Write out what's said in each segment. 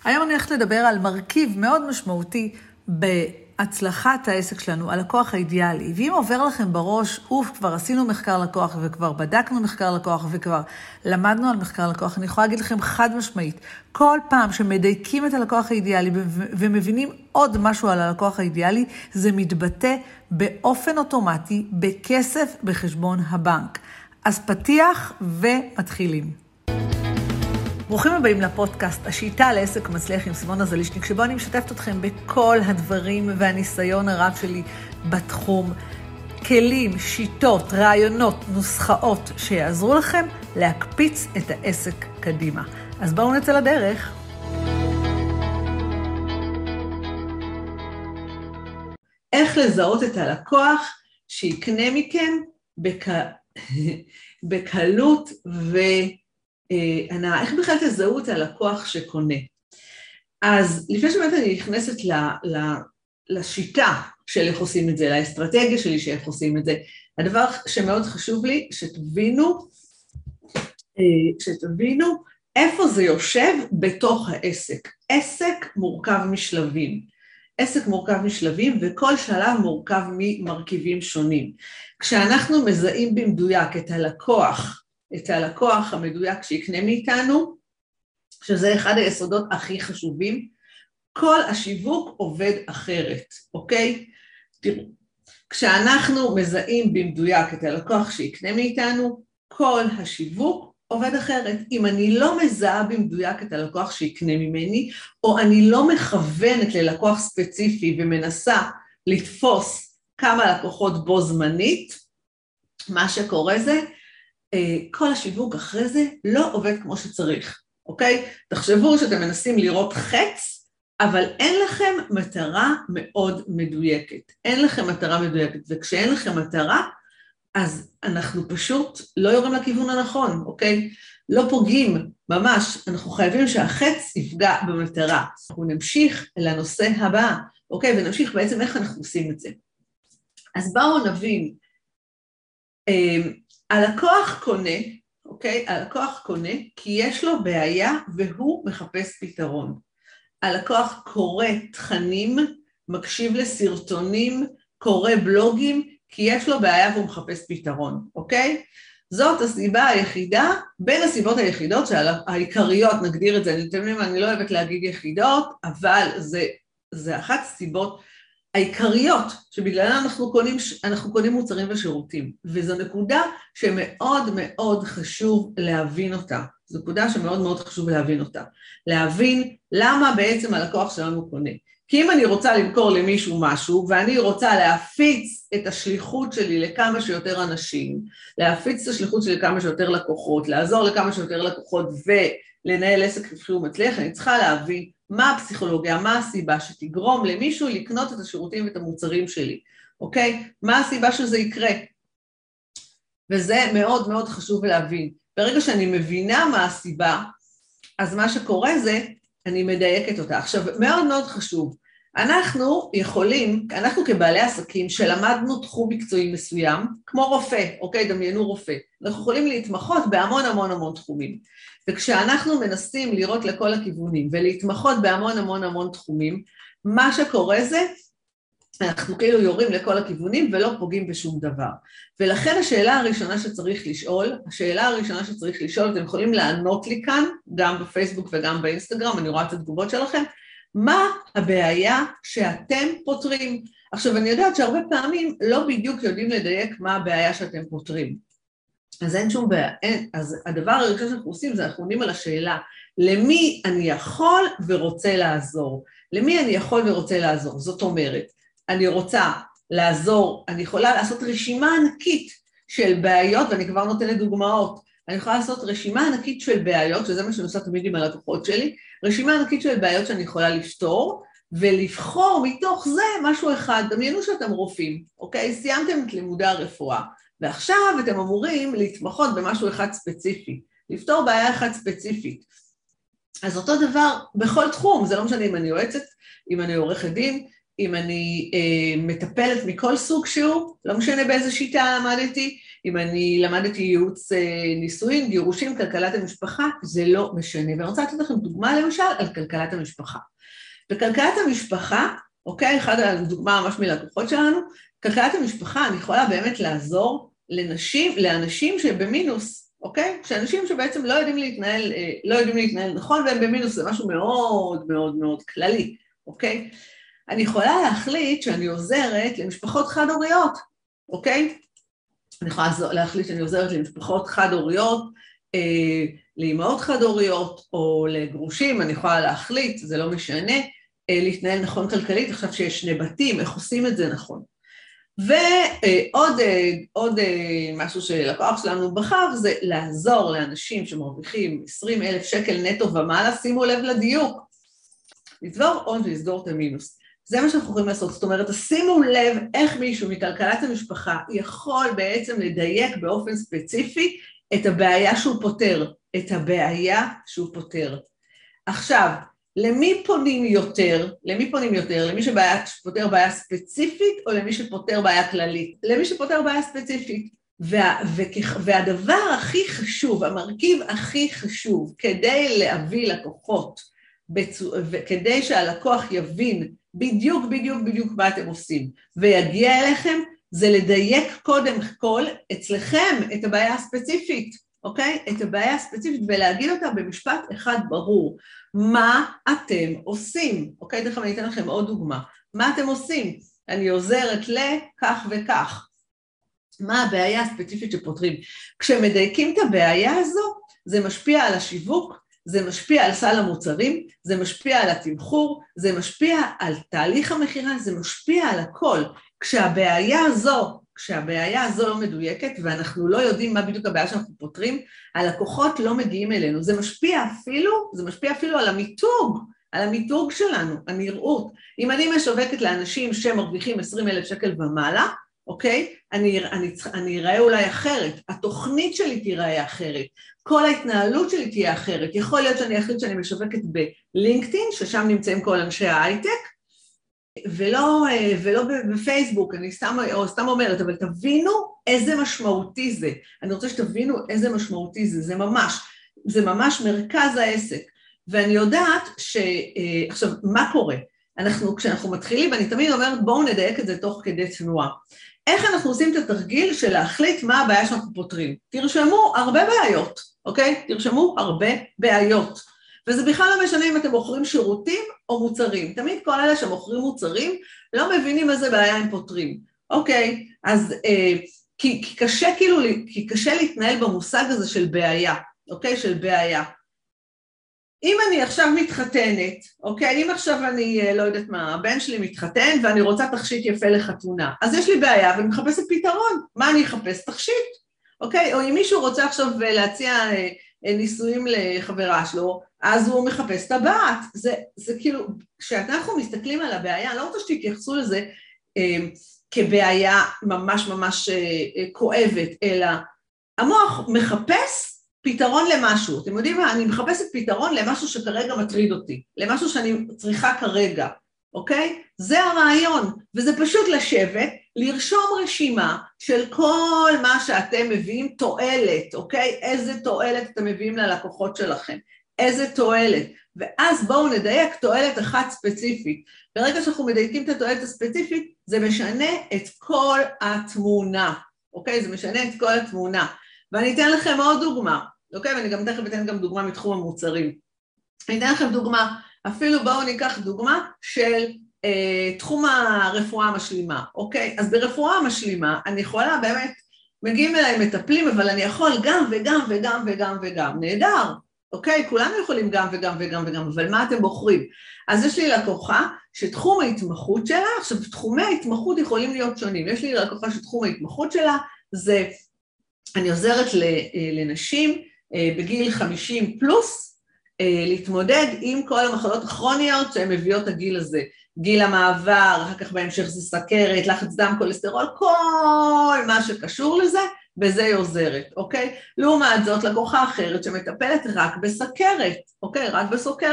היום אני הולכת לדבר על מרכיב מאוד משמעותי בהצלחת העסק שלנו, הלקוח האידיאלי. ואם עובר לכם בראש, כבר עשינו מחקר לקוח וכבר בדקנו מחקר לקוח וכבר למדנו על מחקר לקוח, אני יכולה להגיד לכם חד משמעית, כל פעם שמדייקים את הלקוח האידיאלי ומבינים עוד משהו על הלקוח האידיאלי, זה מתבטא באופן אוטומטי בכסף בחשבון הבנק. אז פתיח ומתחילים. ברוכים הבאים לפודקאסט, השיטה לעסק מצליח עם סימונה זלישניק, שבו אני משתפת אתכם בכל הדברים והניסיון הרב שלי בתחום, כלים, שיטות, רעיונות, נוסחאות שיעזרו לכם להקפיץ את העסק קדימה. אז בואו נצא לדרך. איך לזהות את הלקוח שיקנה מכם בקלות איך בכלל תזהו את הלקוח שקונה? אז לפני שבאמת אני נכנסת לשיטה של איך עושים את זה, לאסטרטגיה שלי שאיך עושים את זה, הדבר שמאוד חשוב לי שתבינו איפה זה יושב בתוך העסק. עסק מורכב משלבים. עסק מורכב משלבים וכל שלב מורכב ממרכיבים שונים. כשאנחנו מזהים במדויק את הלקוח המדויק שיקנה מאיתנו, שזה אחד היסודות הכי חשובים, כל השיווק עובד אחרת, אוקיי? תראו, כשאנחנו מזהים במדויק את הלקוח שיקנה מאיתנו, כל השיווק עובד אחרת. אם אני לא מזהה במדויק את הלקוח שיקנה ממני, או אני לא מכוונת ללקוח ספציפי ומנסה לתפוס כמה לקוחות בו זמנית, מה שקורה זה, כל השיווק אחרי זה לא עובד כמו שצריך, אוקיי? תחשבו שאתם מנסים לראות חץ, אבל אין לכם מטרה מאוד מדויקת. אין לכם מטרה מדויקת, וכשאין לכם מטרה, אז אנחנו פשוט לא יורים לכיוון הנכון, אוקיי? לא פוגעים, ממש, אנחנו חייבים שהחץ יפגע במטרה. אנחנו נמשיך לנושא הבא, אוקיי? ונמשיך בעצם איך אנחנו עושים את זה. אז בואו נבין, הלקוח קונה, אוקיי? הלקוח קונה כי יש לו בעיה והוא מחפש פתרון. הלקוח קורא תכנים, מקשיב לסרטונים, קורא בלוגים, כי יש לו בעיה והוא מחפש פתרון, אוקיי? זאת הסיבה היחידה, בין הסיבות היחידות העיקריות, נגדיר את זה, אני לא אוהבת להגיד יחידות, אבל זה אחת הסיבות העיקריות שבגללה אנחנו קונים מוצרים ושירותים, וזו נקודה שמאוד מאוד חשוב להבין אותה. זו נקודה שמאוד מאוד חשוב להבין אותה. להבין למה בעצם הלקוח שלנו קונה. כי אם אני רוצה למכור למישהו משהו, ואני רוצה להפיץ את השליחות שלי לכמה שיותר אנשים, להפיץ את השליחות שלי לכמה שיותר לקוחות, לעזור לכמה שיותר לקוחות ולנהל עסק כפי הוא מצליח, אני צריכה להבין מה הפסיכולוגיה, מה הסיבה שתגרום למישהו לקנות את השירותים ואת המוצרים שלי, אוקיי? מה הסיבה שזה יקרה? וזה מאוד מאוד חשוב להבין. ברגע שאני מבינה מה הסיבה, אז מה שקורה זה, אני מדייקת אותה. עכשיו, מאוד מאוד חשוב, אנחנו כבעלי עסקים שלמדנו תחום מקצועי מסוים, כמו רופא, אוקיי, דמיינו רופא, אנחנו יכולים להתמחות בהמון המון המון תחומים, וכשאנחנו מנסים לראות לכל הכיוונים ולהתמחות בהמון המון המון תחומים, מה שקורה זה, אנחנו כאילו יורים לכל הכיוונים ולא פוגעים בשום דבר. ולכן השאלה הראשונה שצריך לשאול, אתם יכולים לענות לי כאן, גם בפייסבוק וגם באינסטגרם, אני רואה את התגובות שלכם, מה הבעיה שאתם פותרים? עכשיו אני יודעת שהרבה פעמים לא בדיוק יודעים לדייק מה הבעיה שאתם פותרים. אז אין שום בעיה, אז הדבר הראשון שאנחנו עושים זה אנחנו עונים על השאלה, למי אני יכול ורוצה לעזור? למי אני יכול ורוצה לעזור? זאת אומרת, אני רוצה לעזור, אני יכולה לעשות רשימה ענקית של בעיות, ואני כבר נותנת דוגמאות, אני יכולה לעשות רשימה ענקית של בעיות, שזה מה שאני עושה תמיד עם הלקוחות שלי, רשימה ענקית של בעיות שאני יכולה לפתור, ולבחור מתוך זה משהו אחד, דמיינו שאתם רופאים, אוקיי? סיימתם את לימודי הרפואה, ועכשיו אתם אמורים להתמחות במשהו אחד ספציפי, לפתור בעיה אחת ספציפית. אז אותו דבר בכל תחום, זה לא משנה אם אני יועצת, אם אני עורכת דין, אם אני מטפלת מכל סוג שהוא, לא משנה באיזה שיטה למדתי, אם אני למדתי ייעוץ נישואין, גירושים, כלכלת המשפחה, זה לא משנה. ואני רוצה לתת לכם דוגמה למשל על כלכלת המשפחה. בכלכלת המשפחה, אוקיי, אחד הדוגמה ממש מלקוחות שלנו, כלכלת המשפחה אני יכולה באמת לעזור לאנשים שבמינוס, אוקיי? שאנשים שבעצם לא יודעים להתנהל נכון, והם במינוס, זה משהו מאוד מאוד מאוד כללי, אוקיי? אני יכולה להחליט שאני עוזרת למשפחות חד-הוריות, אוקיי? אני יכולה להחליט שאני עוזרת למשפחות חד-הוריות, לאמהות חד-הוריות, או לגרושים, אני יכולה להחליט, זה לא משנה, להתנהל נכון כלכלית, עכשיו שיש 2 בתים, איך עושים את זה נכון. ועוד משהו שלקוח שלנו בחר, זה לעזור לאנשים שמרוויחים 20,000 שקל נטו ומעלה, שימו לב לדיוק, לצבור הון ולסגור את המינוס. זה מה שאנחנו יכולים לעשות, זאת אומרת, שימו לב איך מישהו מכלכלת המשפחה יכול בעצם לדייק באופן ספציפי את הבעיה שהוא פותר, עכשיו, למי פונים יותר? למי שפותר בעיה ספציפית או למי שפותר בעיה כללית? למי שפותר בעיה ספציפית. והדבר הכי חשוב, המרכיב הכי חשוב, כדי להביא לקוחות, וכדי שהלקוח יבין בדיוק מה אתם עושים, ויגיע אליכם, זה לדייק קודם כל אצלכם את הבעיה הספציפית, אוקיי? את הבעיה הספציפית, ולהגיד אותה במשפט אחד ברור. מה אתם עושים? אוקיי, דרך אני אתן לכם עוד דוגמה. מה אתם עושים? אני עוזרת לכך וכך. מה הבעיה הספציפית שפותרים? כשמדייקים את הבעיה הזו, זה משפיע על השיווק, זה משפיע על סל המוצרים, זה משפיע על התמחור, זה משפיע על תהליך המחירה, זה משפיע על הכל. כשהבעיה הזו לא מדויקת, ואנחנו לא יודעים מה בדיוק הבעיה שאנחנו פותרים, הלקוחות לא מגיעים אלינו. זה משפיע אפילו על המיתוג שלנו, הנראות. אם אני משווקת לאנשים שמרוויחים 20,000 שקל ומעלה, אוקיי? אני אראה אולי אחרת, התוכנית שלי תיראה אחרת, כל ההתנהלות שלי תהיה אחרת. יכול להיות שאני אחליט שאני משווקת בלינקדאין, ששם נמצאים כל אנשי ההייטק, ולא בפייסבוק, אני סתם אומרת, אבל תבינו איזה משמעותי זה. אני רוצה שתבינו איזה משמעותי זה, זה ממש מרכז העסק. ואני יודעת עכשיו, מה קורה? כשאנחנו מתחילים, אני תמיד אומרת, בואו נדייק את זה תוך כדי תנועה. איך אנחנו עושים את התרגיל של להחליט מה הבעיה שאנחנו פותרים? תרשמו הרבה בעיות, אוקיי? תרשמו הרבה בעיות. וזה בכלל לא משנה אם אתם מוכרים שירותים או מוצרים. תמיד כל אלה שמוכרים מוצרים לא מבינים איזה בעיה הם פותרים. אוקיי, אז כי קשה להתנהל במושג הזה של בעיה, אוקיי? של בעיה. אם אני עכשיו מתחתנת, אוקיי? אם עכשיו אני, לא יודעת מה, הבן שלי מתחתן ואני רוצה תכשיט יפה לחתונה, אז יש לי בעיה ואני מחפשת פתרון. מה אני אחפש? תכשיט, אוקיי? או אם מישהו רוצה עכשיו להציע נישואים לחברה שלו, אז הוא מחפש את הבת. זה כאילו, כשאנחנו מסתכלים על הבעיה, אני לא רוצה שתתייחסו לזה כבעיה ממש כואבת, אלא המוח מחפש פתרון למשהו. אתם יודעים מה? אני מחפשת פתרון למשהו שכרגע מטריד אותי, למשהו שאני צריכה כרגע, אוקיי? זה הרעיון, וזה פשוט לשבת, לרשום רשימה של כל מה שאתם מביאים תועלת, אוקיי? איזה תועלת אתם מביאים ללקוחות שלכם, איזה תועלת, ואז בואו נדייק תועלת אחת ספציפית. ברגע שאנחנו מדייקים את התועלת הספציפית, זה משנה את כל התמונה, אוקיי? זה משנה את כל התמונה. ואני אתן לכם עוד דוגמה, אוקיי? ואני גם תכף אתן גם דוגמה מתחום המוצרים. אני אתן לכם דוגמה, אפילו בואו ניקח דוגמה של תחום הרפואה המשלימה, אוקיי? אז ברפואה המשלימה אני יכולה באמת, מגיעים אליי מטפלים, אבל אני יכול גם וגם וגם וגם וגם, נהדר, אוקיי? כולנו יכולים גם וגם וגם וגם, אבל מה אתם בוחרים? אז יש לי לקוחה שתחום ההתמחות שלה, עכשיו תחומי ההתמחות יכולים להיות שונים, יש לי לקוחה שתחום ההתמחות שלה, זה, אני עוזרת לנשים בגיל 50 פלוס, להתמודד עם כל המחלות הכרוניות שהן מביאות הגיל הזה, גיל המעבר, אחר כך בהמשך זה סכרת, לחץ דם, כולסטרול, כל מה שקשור לזה, בזה היא עוזרת, אוקיי? לעומת זאת, לקוחה אחרת שמטפלת רק בסכרת, אוקיי? רק בסוכרת.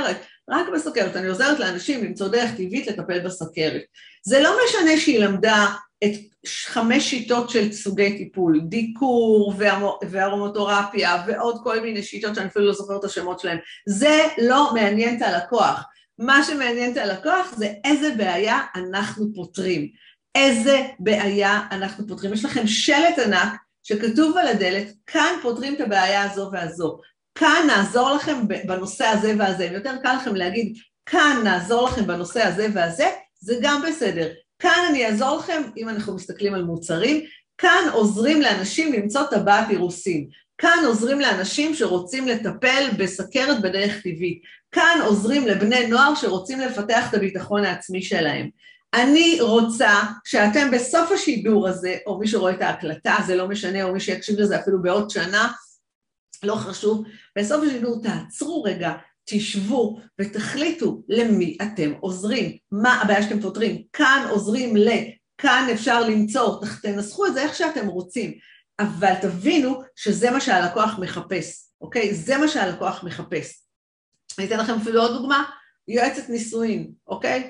רק בסוכרת. אני עוזרת לאנשים למצוא דרך טבעית לטפל בסוכרת. זה לא משנה שהיא למדה את 5 שיטות של סוגי טיפול, דיקור וארומותרפיה ועוד כל מיני שיטות שאני אפילו לא זוכרת את השמות שלהם. זה לא מעניין את הלקוח. מה שמעניין את הלקוח זה איזה בעיה אנחנו פותרים. איזה בעיה אנחנו פותרים. יש לכם שלט ענק שכתוב על הדלת, כאן פותרים את הבעיה הזו והזו. כאן נעזור לכם בנושא הזה והזה. יותר קל לכם להגיד, כאן נעזור לכם בנושא הזה והזה, זה גם בסדר. כאן אני אעזור לכם, אם אנחנו מסתכלים על מוצרים, כאן עוזרים לאנשים למצוא טבעת אירוסין. כאן עוזרים לאנשים שרוצים לטפל בסוכרת בדרך טבעית. כאן עוזרים לבני נוער שרוצים לפתח את הביטחון העצמי שלהם. אני רוצה שאתם בסוף השידור הזה, או מי שרואה את ההקלטה, זה לא משנה, או מי שיקשיב לזה אפילו בעוד שנה, לא חשוב, בסוף השידור תעצרו רגע, תשבו ותחליטו למי אתם עוזרים, מה הבעיה שאתם פותרים, כאן עוזרים כאן אפשר למצוא, תנסחו את זה איך שאתם רוצים, אבל תבינו שזה מה שהלקוח מחפש, אוקיי? זה מה שהלקוח מחפש. אני אתן לכם אפילו עוד דוגמה, יועצת נישואין, אוקיי?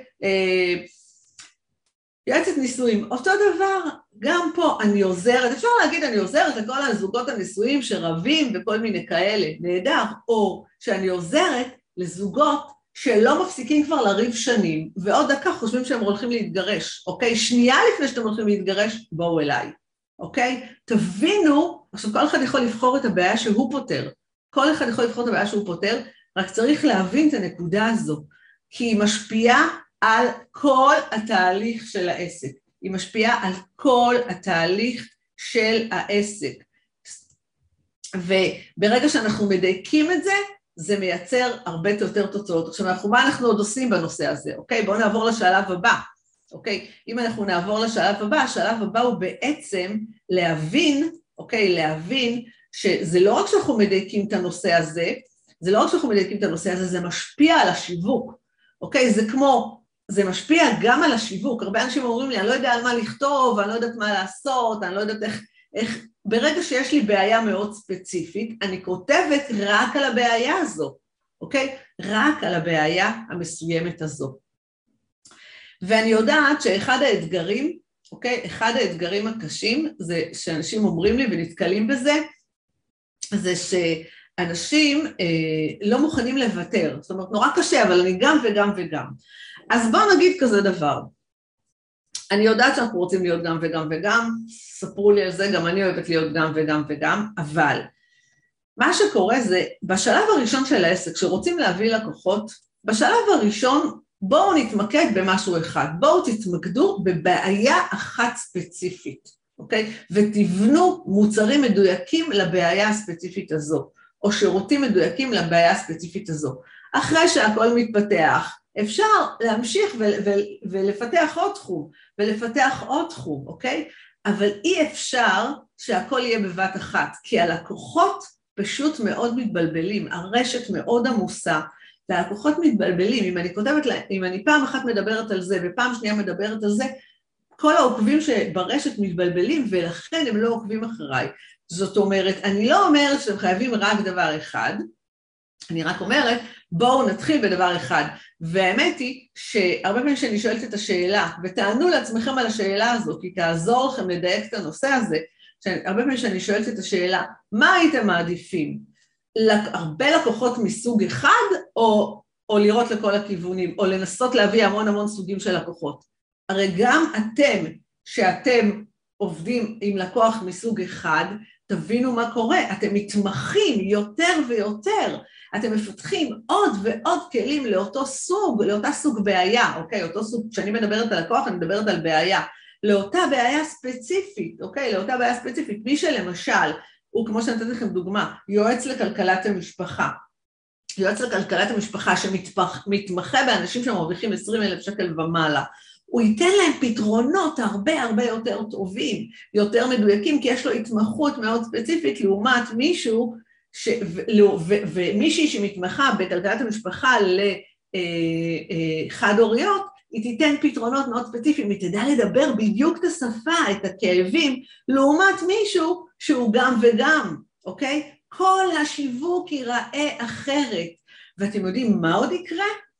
יועצת נישואים, אותו דבר, גם פה אני עוזרת, אפשר להגיד אני עוזרת לכל הזוגות הנישואים שרבים וכל מיני כאלה, נהדר, או שאני עוזרת לזוגות שלא מפסיקים כבר לריב שנים, ועוד דקה חושבים שהם הולכים להתגרש, אוקיי? שנייה לפני שאתם הולכים להתגרש, בואו אליי, אוקיי? תבינו, עכשיו כל אחד יכול לבחור את הבעיה שהוא פותר, כל אחד יכול לבחור את הבעיה שהוא פותר, רק צריך להבין את הנקודה הזו, כי היא משפיעה על כל התהליך של העסק, היא משפיעה על כל התהליך של העסק, וברגע שאנחנו מדייקים את זה, זה מייצר הרבה יותר תוצאות. עכשיו, מה אנחנו עוד עושים בנושא הזה, אוקיי? בואו נעבור לשלב הבא, אוקיי? אם אנחנו נעבור לשלב הבא, השלב הבא הוא בעצם להבין, אוקיי? להבין שזה לא רק שאנחנו מדייקים את הנושא הזה, זה משפיע על השיווק, אוקיי? זה כמו, זה משפיע גם על השיווק, הרבה אנשים אומרים לי, אני לא יודע על מה לכתוב, אני לא יודעת מה לעשות, אני לא יודעת איך, ברגע שיש לי בעיה מאוד ספציפית, אני כותבת רק על הבעיה הזו, אוקיי? רק על הבעיה המסוימת הזו. ואני יודעת שאחד האתגרים, אוקיי? אחד האתגרים הקשים, זה שאנשים אומרים לי ונתקלים בזה, זה שאנשים לא מוכנים לוותר, זאת אומרת, נורא קשה, אבל אני גם וגם וגם. אז בואו נגיד כזה דבר, אני יודעת שאנחנו רוצים להיות גם וגם וגם, ספרו לי על זה, גם אני אוהבת להיות גם וגם וגם, אבל מה שקורה זה, בשלב הראשון של העסק, שרוצים להביא לקוחות, בשלב הראשון בואו נתמקד במשהו אחד, בואו תתמקדו בבעיה אחת ספציפית, אוקיי? ותבנו מוצרים מדויקים לבעיה הספציפית הזו, או שירותים מדויקים לבעיה הספציפית הזו. אחרי שהכל מתפתח, אפשר להמשיך ולפתח עוד תחום, ולפתח עוד תחום, אוקיי? אבל אי אפשר שהכל יהיה בבת אחת, כי הלקוחות פשוט מאוד מתבלבלים, הרשת מאוד עמוסה, והלקוחות מתבלבלים, אם אני פעם אחת מדברת על זה, ופעם שנייה מדברת על זה, כל העוקבים שברשת מתבלבלים, ולכן הם לא עוקבים אחריי. זאת אומרת, אני לא אומרת שהם חייבים רק דבר אחד, אני רק אומרת, בואו נתחיל בדבר אחד. והאמת היא שהרבה פעמים שאני שואלת את השאלה, ותענו לעצמכם על השאלה הזו, כי תעזור לכם לדייק את הנושא הזה, הרבה פעמים שאני שואלת את השאלה, מה הייתם מעדיפים? הרבה לקוחות מסוג אחד, או לראות לכל הכיוונים, או לנסות להביא המון סוגים של לקוחות. הרי גם אתם, שאתם עובדים עם לקוח מסוג אחד, תבינו מה קורה, אתם מתמחים יותר ויותר, אתם מפתחים עוד ועוד כלים לאותו סוג, לאותה סוג בעיה, אוקיי? אותו סוג, כשאני מדברת על לקוח, אני מדברת על בעיה, לאותה בעיה ספציפית, אוקיי? לאותה בעיה ספציפית, מי שלמשל, הוא כמו שנתתי לכם דוגמה, יועץ לכלכלת המשפחה, יועץ לכלכלת המשפחה שמתמחה באנשים שמרוויחים 20,000 שקל ומעלה, הוא ייתן להם פתרונות הרבה יותר טובים, יותר מדויקים, כי יש לו התמחות מאוד ספציפית לעומת מישהו, ומישהי שמתמחה בכלכלת המשפחה לחד הוריות, היא תיתן פתרונות מאוד ספציפיים, היא תדע לדבר בדיוק את השפה, את הכאבים, לעומת מישהו שהוא גם וגם, אוקיי? כל השיווק ייראה אחרת, ואתם יודעים מה עוד יקרה?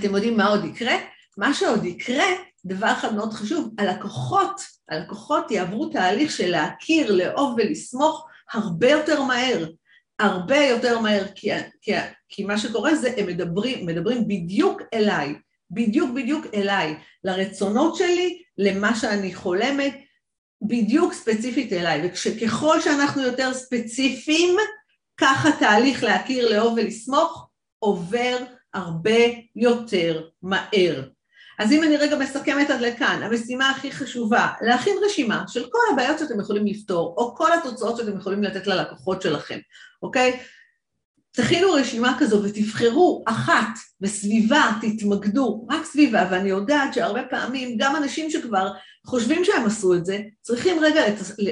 אתם יודעים מה עוד יקרה? מה שעוד יקרה, דבר אחד מאוד חשוב, הלקוחות יעברו תהליך של להכיר, לאהוב ולסמוך הרבה יותר מהר. הרבה יותר מהר, כי מה שקורה זה, הם מדברים בדיוק אליי, בדיוק אליי, לרצונות שלי, למה שאני חולמת, בדיוק ספציפית אליי, וככל שאנחנו יותר ספציפיים, ככה תהליך להכיר, לאהוב ולסמוך, עובר הרבה יותר מהר. אז אם אני רגע מסכמת עד לכאן, המשימה הכי חשובה, להכין רשימה של כל הבעיות שאתם יכולים לפתור, או כל התוצאות שאתם יכולים לתת ללקוחות שלכם, אוקיי? תכינו רשימה כזו ותבחרו אחת בסביבה, תתמקדו, רק סביבה, ואני יודעת שהרבה פעמים גם אנשים שכבר חושבים שהם עשו את זה, צריכים רגע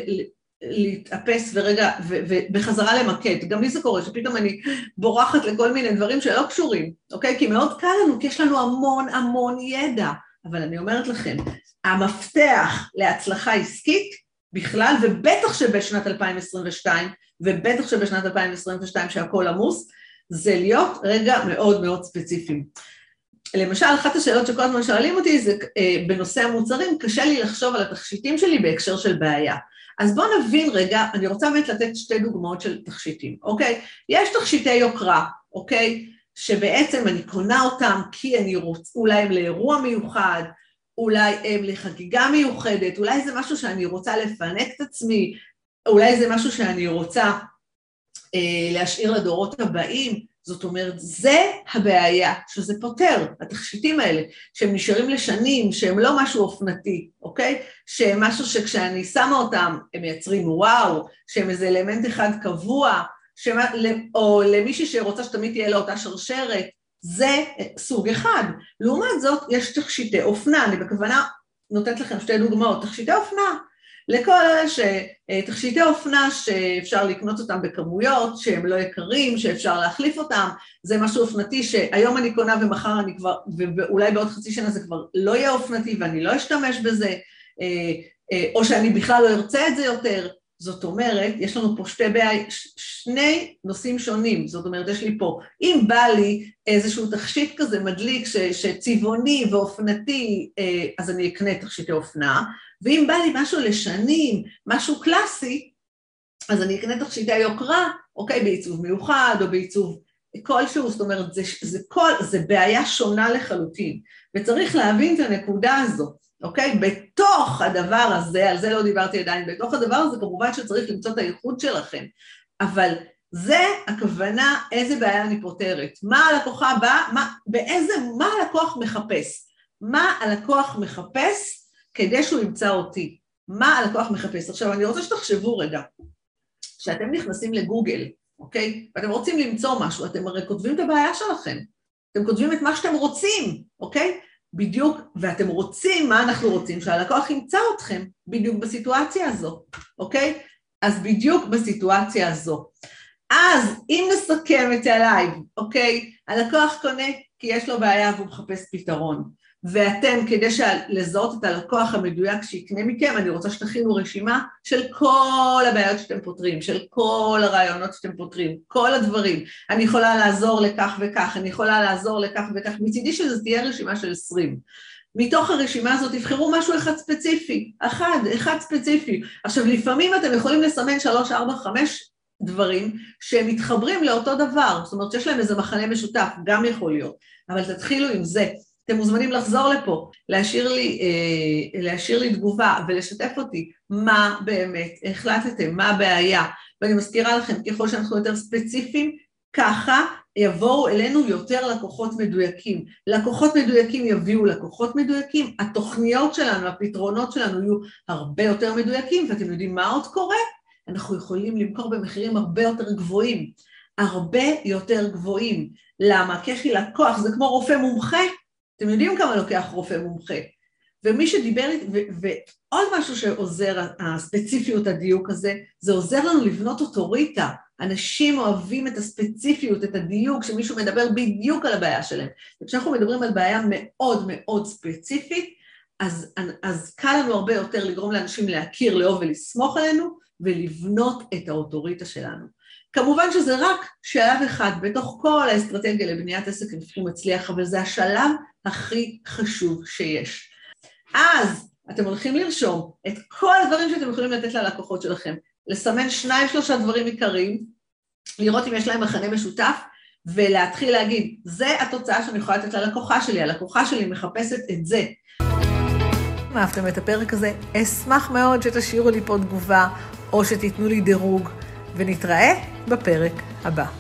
להתאפס ורגע, ובחזרה למקד. גם לי זה קורה, שפתאום אני בורחת לכל מיני דברים שלא קשורים, אוקיי? כי מאוד קל לנו, כי יש לנו המון ידע, אבל אני אומרת לכם, המפתח להצלחה עסקית בכלל, ובטח שבשנת 2022, ובטח שבשנת 2022 שהכל עמוס, זה להיות רגע מאוד ספציפיים. למשל, אחת השאלות שכל הזמן שואלים אותי, זה בנושא המוצרים, קשה לי לחשוב על התכשיטים שלי בהקשר של בעיה. אז בואו נבין רגע, אני רוצה באמת לתת שתי דוגמאות של תכשיטים, אוקיי? יש תכשיטי יוקרה, אוקיי? שבעצם אני קונה אותם כי אני רוצה, אולי הם לאירוע מיוחד, אולי הם לחגיגה מיוחדת, אולי זה משהו שאני רוצה לפנק את עצמי, אולי זה משהו שאני רוצה להשאיר לדורות הבאים, זאת אומרת, זה הבעיה, שזה פותר, התכשיטים האלה, שהם נשארים לשנים, שהם לא משהו אופנתי, אוקיי? שהם משהו שכשאני שמה אותם, הם מייצרים וואו, שהם איזה אלמנט אחד קבוע, או למישהי שרוצה שתמיד תהיה לה אותה שרשרת, זה סוג אחד. לעומת זאת, יש תכשיטי אופנה, אני בכוונה נותנת לכם שתי דוגמאות, תכשיטי אופנה, לכל אלה שתכשיטי אופנה שאפשר לקנות אותם בכמויות, שהם לא יקרים, שאפשר להחליף אותם, זה משהו אופנתי שהיום אני קונה ומחר אני כבר, ואולי בעוד חצי שנה זה כבר לא יהיה אופנתי ואני לא אשתמש בזה, או שאני בכלל לא ארצה את זה יותר, זאת אומרת, יש לנו פה שני נושאים שונים, זאת אומרת, יש לי פה, אם בא לי איזשהו תכשיט כזה מדליק שצבעוני ואופנתי, אז אני אקנה תכשיטי אופנה, ואם בא לי משהו לשנים, משהו קלאסי, אז אני אקנה תכשיטי יוקרה, אוקיי, בעיצוב מיוחד או בעיצוב כלשהו, זאת אומרת, זה בעיה שונה לחלוטין, וצריך להבין את הנקודה הזו, אוקיי? בתוך הדבר הזה, על זה לא דיברתי עדיין, בתוך הדבר הזה כמובן שצריך למצוא את הייחוד שלכם, אבל זה הכוונה איזה בעיה אני פותרת, מה הלקוחה בא, מה הלקוח מחפש, מה הלקוח מחפש כדי שהוא ימצא אותי, מה הלקוח מחפש. עכשיו אני רוצה שתחשבו רגע, שאתם נכנסים לגוגל, אוקיי? ואתם רוצים למצוא משהו, אתם הרי כותבים את הבעיה שלכם, אתם כותבים את מה שאתם רוצים, אוקיי? בדיוק, ואתם רוצים, מה אנחנו רוצים? שהלקוח ימצא אתכם בדיוק בסיטואציה הזו, אוקיי? אז בדיוק בסיטואציה הזו. אז אם נסכם את הלייב, אוקיי? הלקוח קונה כי יש לו בעיה והוא מחפש פתרון, ואתם כדי לזהות את הלקוח המדויק שיקנה מכם, אני רוצה שתכינו רשימה של כל הבעיות שאתם פותרים, של כל הרעיונות שאתם פותרים, כל הדברים. אני יכולה לעזור לכך וכך, אני יכולה לעזור לכך וכך, מצידי שזה תהיה רשימה של 20. מתוך הרשימה הזאת תבחרו משהו אחד ספציפי, אחד ספציפי. עכשיו לפעמים אתם יכולים לסמן 3, 4, 5 דברים שהם מתחברים לאותו דבר, זאת אומרת שיש להם איזה מחנה משותף, גם יכול להיות, אבל תתחילו עם זה. אתם מוזמנים לחזור לפה, להשאיר לי תגובה ולשתף אותי מה באמת החלטתם, מה הבעיה. ואני מזכירה לכם, ככל שאנחנו יותר ספציפיים, ככה יבואו אלינו יותר לקוחות מדויקים. לקוחות מדויקים יביאו לקוחות מדויקים, התוכניות שלנו, הפתרונות שלנו יהיו הרבה יותר מדויקים, ואתם יודעים מה עוד קורה? אנחנו יכולים למכור במחירים הרבה יותר גבוהים, הרבה יותר גבוהים. למה? כי יש לי לקוח, זה כמו רופא מומחה, אתם יודעים כמה לוקח רופא מומחה, ומי שדיבר, ועוד משהו שעוזר, הספציפיות הדיוק הזה, זה עוזר לנו לבנות אוטוריטה, אנשים אוהבים את הספציפיות, את הדיוק, שמישהו מדבר בדיוק על הבעיה שלהם, וכשאנחנו מדברים על בעיה מאוד מאוד ספציפית, אז קל לנו הרבה יותר לגרום לאנשים להכיר, לאהוב ולסמוך עלינו, ולבנות את האוטוריטה שלנו. כמובן שזה רק שלב אחד בתוך כל האסטרטגיה לבניית עסק רווחי מצליח, אבל זה השלב הכי חשוב שיש. אז אתם הולכים לרשום את כל הדברים שאתם יכולים לתת ללקוחות שלכם, לסמן 2-3 דברים עיקריים, לראות אם יש להם מכנה משותף, ולהתחיל להגיד, זה התוצאה שאני יכולה לתת ללקוחה שלי, הלקוחה שלי מחפשת את זה. אם אהבתם את הפרק הזה, אשמח מאוד שתשאירו לי פה תגובה, או שתיתנו לי דירוג, ונתראה בפרק הבא.